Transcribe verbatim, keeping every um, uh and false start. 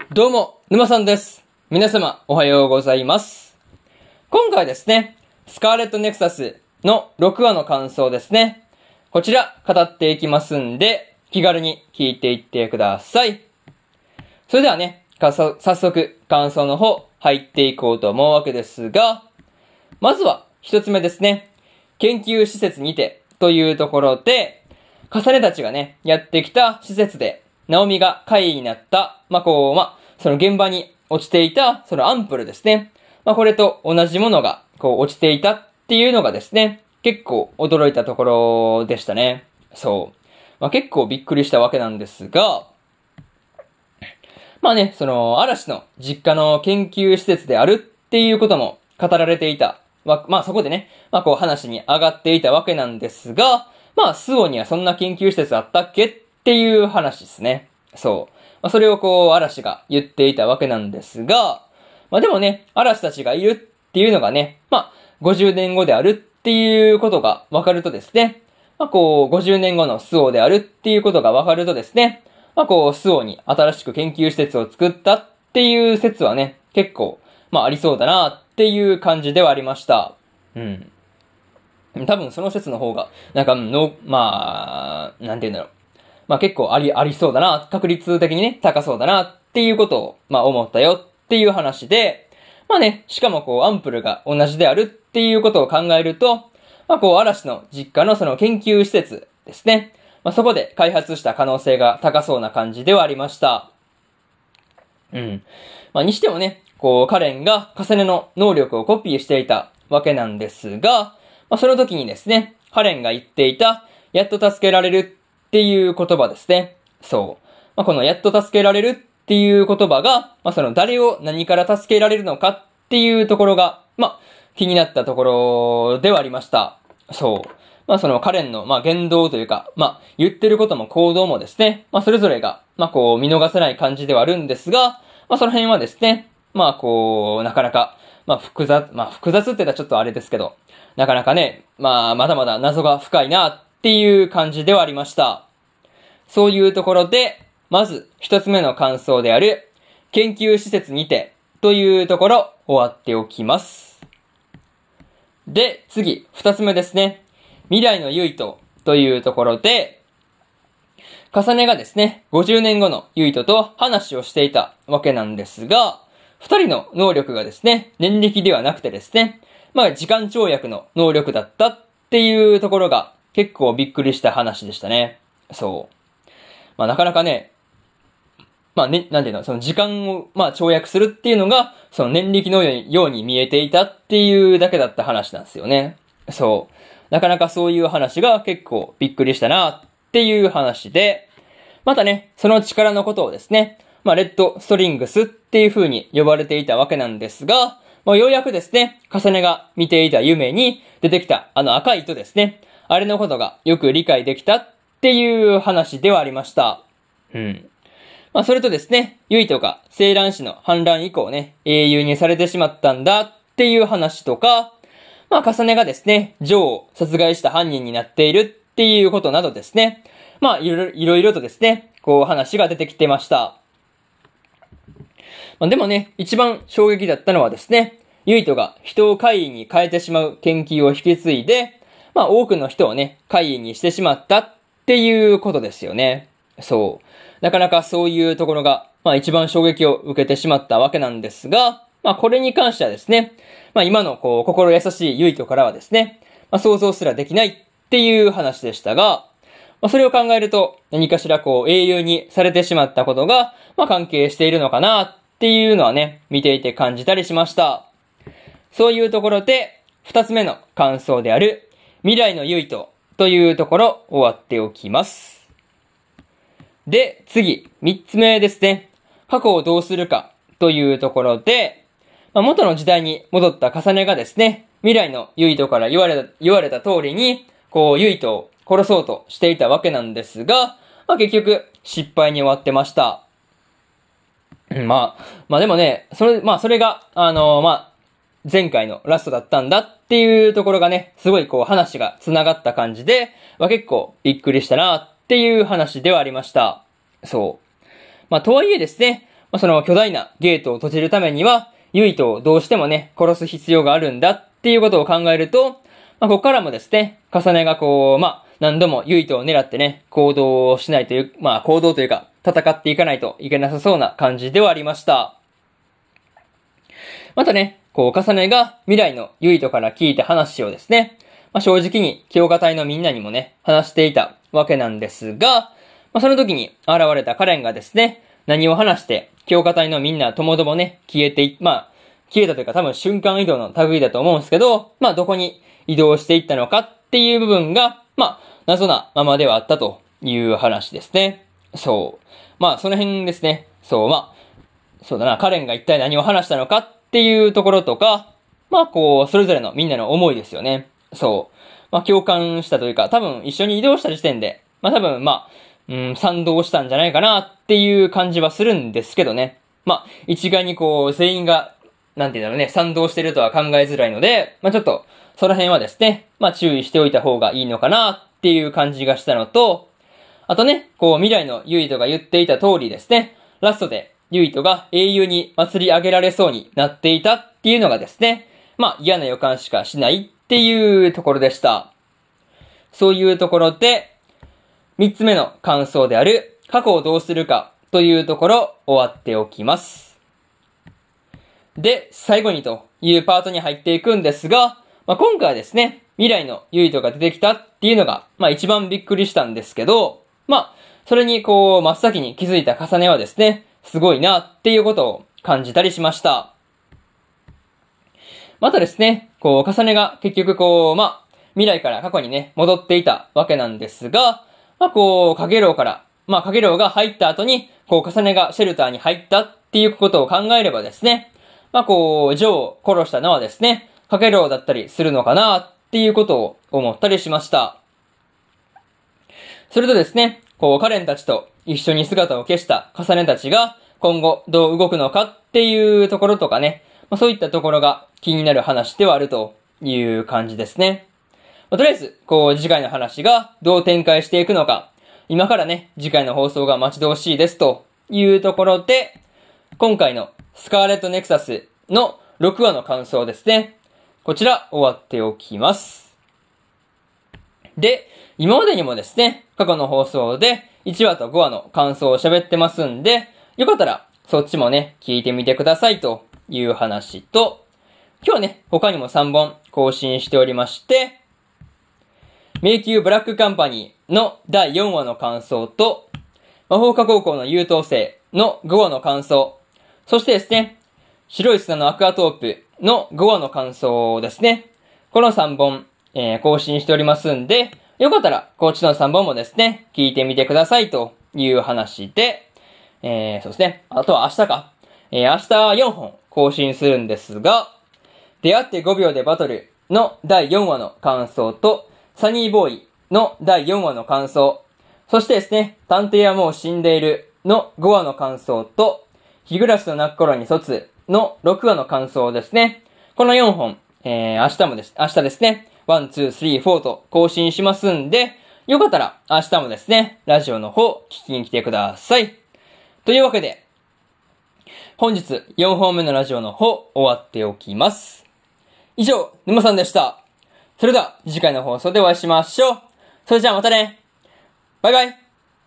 どうも、沼さんです。皆様、おはようございます。今回ですね、スカーレットネクサスのろくわの感想ですね。こちら、語っていきますんで、気軽に聞いていってください。それではね、早速、感想の方、入っていこうと思うわけですが、まずは、一つ目ですね。研究施設にて、というところで、カサネたちがね、やってきた施設で、ナオミが怪異になった、まあ、こう、まあ、その現場に落ちていた、そのアンプルですね。まあ、これと同じものが、こう、落ちていたっていうのがですね、結構驚いたところでしたね。そう。まあ、結構びっくりしたわけなんですが、まあね、その、嵐の実家の研究施設であるっていうことも語られていた。まあ、そこでね、まあ、こう話に上がっていたわけなんですが、まあ、スオにはそんな研究施設あったっけっていう話ですね。そう。まあ、それをこう、嵐が言っていたわけなんですが、まあでもね、嵐たちがいるっていうのがね、まあ、ごじゅうねんごであるっていうことがわかるとですね、まあこう、ごじゅうねんごのスオであるっていうことがわかるとですね、まあこう、スオに新しく研究施設を作ったっていう説はね、結構、まあありそうだなっていう感じではありました。うん。多分その説の方が、なんか、の、まあ、なんて言うんだろう。まあ結構あり、ありそうだな、確率的にね、高そうだなっていうことを、まあ思ったよっていう話で、まあね、しかもこうアンプルが同じであるっていうことを考えると、まあこう嵐の実家のその研究施設ですね。まあそこで開発した可能性が高そうな感じではありました。うん。まあにしてもね、こうカレンがカセネの能力をコピーしていたわけなんですが、まあその時にですね、カレンが言っていた、やっと助けられるっていう言葉ですね。そう。まあ、このやっと助けられるっていう言葉が、まあ、その誰を何から助けられるのかっていうところが、まあ、気になったところではありました。そう。まあ、そのカレンの、まあ、言動というか、まあ、言ってることも行動もですね、まあ、それぞれが、まあ、こう、見逃せない感じではあるんですが、まあ、その辺はですね、まあ、こう、なかなか、まあ、複雑、まあ、複雑って言ったらちょっとあれですけど、なかなかね、まあ、まだまだ謎が深いなっていう感じではありました。そういうところで、まず一つ目の感想である、研究施設にてというところ終わっておきます。で、次、二つ目ですね。未来のユイトというところで、重ねがですね、ごじゅうねんごのユイトと話をしていたわけなんですが、二人の能力がですね、念力ではなくてですね、まあ時間跳躍の能力だったっていうところが結構びっくりした話でしたね。そう。まあなかなかね、まあね、なんていうの、その時間を、まあ跳躍するっていうのが、その念力のように見えていたっていうだけだった話なんですよね。そう。なかなかそういう話が結構びっくりしたなっていう話で、またね、その力のことをですね、まあレッドストリングスっていう風に呼ばれていたわけなんですが、もうようやくですね、重ねが見ていた夢に出てきたあの赤い糸ですね、あれのことがよく理解できたっていう話ではありました。うん。まあそれとですね、ユイトがセイラン氏の反乱以降ね、英雄にされてしまったんだっていう話とか、まあ重ねがですね、ジョーを殺害した犯人になっているっていうことなどですね、まあいろいろいろとですね、こう話が出てきてました。まあでもね、一番衝撃だったのはですね、ユイトが人を怪異に変えてしまう研究を引き継いで、まあ多くの人をね、怪異にしてしまったっていうことですよね。そう。なかなかそういうところが、まあ一番衝撃を受けてしまったわけなんですが、まあこれに関してはですね、まあ今のこう心優しいユイトからはですね、まあ想像すらできないっていう話でしたが、まあそれを考えると何かしらこう英雄にされてしまったことが、まあ関係しているのかなっていうのはね、見ていて感じたりしました。そういうところで、二つ目の感想である、未来のユイトというところ終わっておきます。で、次、三つ目ですね。過去をどうするかというところで、まあ、元の時代に戻った重ねがですね、未来のユイトから言われた、言われた通りに、こう、ユイトを殺そうとしていたわけなんですが、まあ、結局、失敗に終わってました。まあ、まあでもね、それ、まあそれが、あのー、まあ、前回のラストだったんだっていうところがね、すごいこう話が繋がった感じで、まあ、結構びっくりしたなっていう話ではありました。そう。まあとはいえですね、 まあ、その巨大なゲートを閉じるためには、ユイトをどうしてもね、殺す必要があるんだっていうことを考えると、まあ、ここからもですね、カサネがこう、まあ、何度もユイトを狙ってね、行動をしないという、まあ、行動というか、戦っていかないといけなさそうな感じではありました。またね、こう、カサネが未来のユイトから聞いた話をですね、まあ、正直に強化隊のみんなにもね、話していたわけなんですが、まあ、その時に現れたカレンがですね、何を話して、強化隊のみんなともどもね、消えてい、まあ、消えたというか多分瞬間移動の類だと思うんですけど、まあ、どこに移動していったのかっていう部分が、まあ、謎なままではあったという話ですね。そう。まあ、その辺ですね。そう、まあ、そうだな、カレンが一体何を話したのかっていうところとか、まあ、こう、それぞれのみんなの思いですよね。そう。まあ、共感したというか、多分一緒に移動した時点で、まあ、多分、まあ、うん、賛同したんじゃないかなっていう感じはするんですけどね。まあ、一概にこう、全員が、なんていうんだろうね、賛同してるとは考えづらいので、まあ、ちょっと、その辺はですね、まあ、注意しておいた方がいいのかなっていう感じがしたのと、あとね、こう、未来のユイトが言っていた通りですね、ラストでユイトが英雄に祭り上げられそうになっていたっていうのがですね、まあ、嫌な予感しかしないっていうところでした。そういうところで、三つ目の感想である、過去をどうするかというところ、終わっておきます。で、最後にというパートに入っていくんですが、まあ、今回はですね、未来のユイトが出てきたっていうのが、まあ一番びっくりしたんですけど、まあ、それにこう、真っ先に気づいたカサネはですね、すごいなっていうことを感じたりしました。またですね、こう、カサネが結局こう、まあ、未来から過去にね、戻っていたわけなんですが、まあこう、カゲロウから、まあカゲロウが入った後に、こう、カサネがシェルターに入ったっていうことを考えればですね、まあこう、ジョーを殺したのはですね、カゲロウだったりするのかなっていうことを思ったりしました。それとですね、こう、カレンたちと一緒に姿を消したカサネたちが今後どう動くのかっていうところとかね、まあ、そういったところが気になる話ではあるという感じですね。まあ、とりあえず、こう、次回の話がどう展開していくのか、今からね、次回の放送が待ち遠しいですというところで、今回のスカーレットネクサスのろくわの感想ですね。こちら終わっておきます。で、今までにもですね、過去の放送でいちわとごわの感想を喋ってますんで、よかったらそっちもね、聞いてみてくださいという話と、今日はね、他にもさんぼん更新しておりまして、迷宮ブラックカンパニーのだいよんわの感想と、魔法科高校の優等生のごわの感想、そしてですね、白い砂のアクアトープのごわの感想ですね。このさんぼん、えー、更新しておりますんで、よかったらこっちのさんぼんもですね、聞いてみてくださいという話で、えー、そうですね。あとは明日か。えー、明日よんほん更新するんですが、出会ってごびょうでバトルのだいよんわの感想と、サニーボーイのだいよんわの感想、そしてですね、探偵はもう死んでいるのごわの感想と、日暮らしの泣く頃に卒のろくわの感想ですね。このよんほん、えー、明日もです。明日ですね。ワン、ツー、スリー、フォーと更新しますんで、よかったら明日もですね、ラジオの方聞きに来てください。というわけで、本日よんほんめのラジオの方終わっておきます。以上、沼さんでした。それでは次回の放送でお会いしましょう。それじゃあまたね。バイバイ。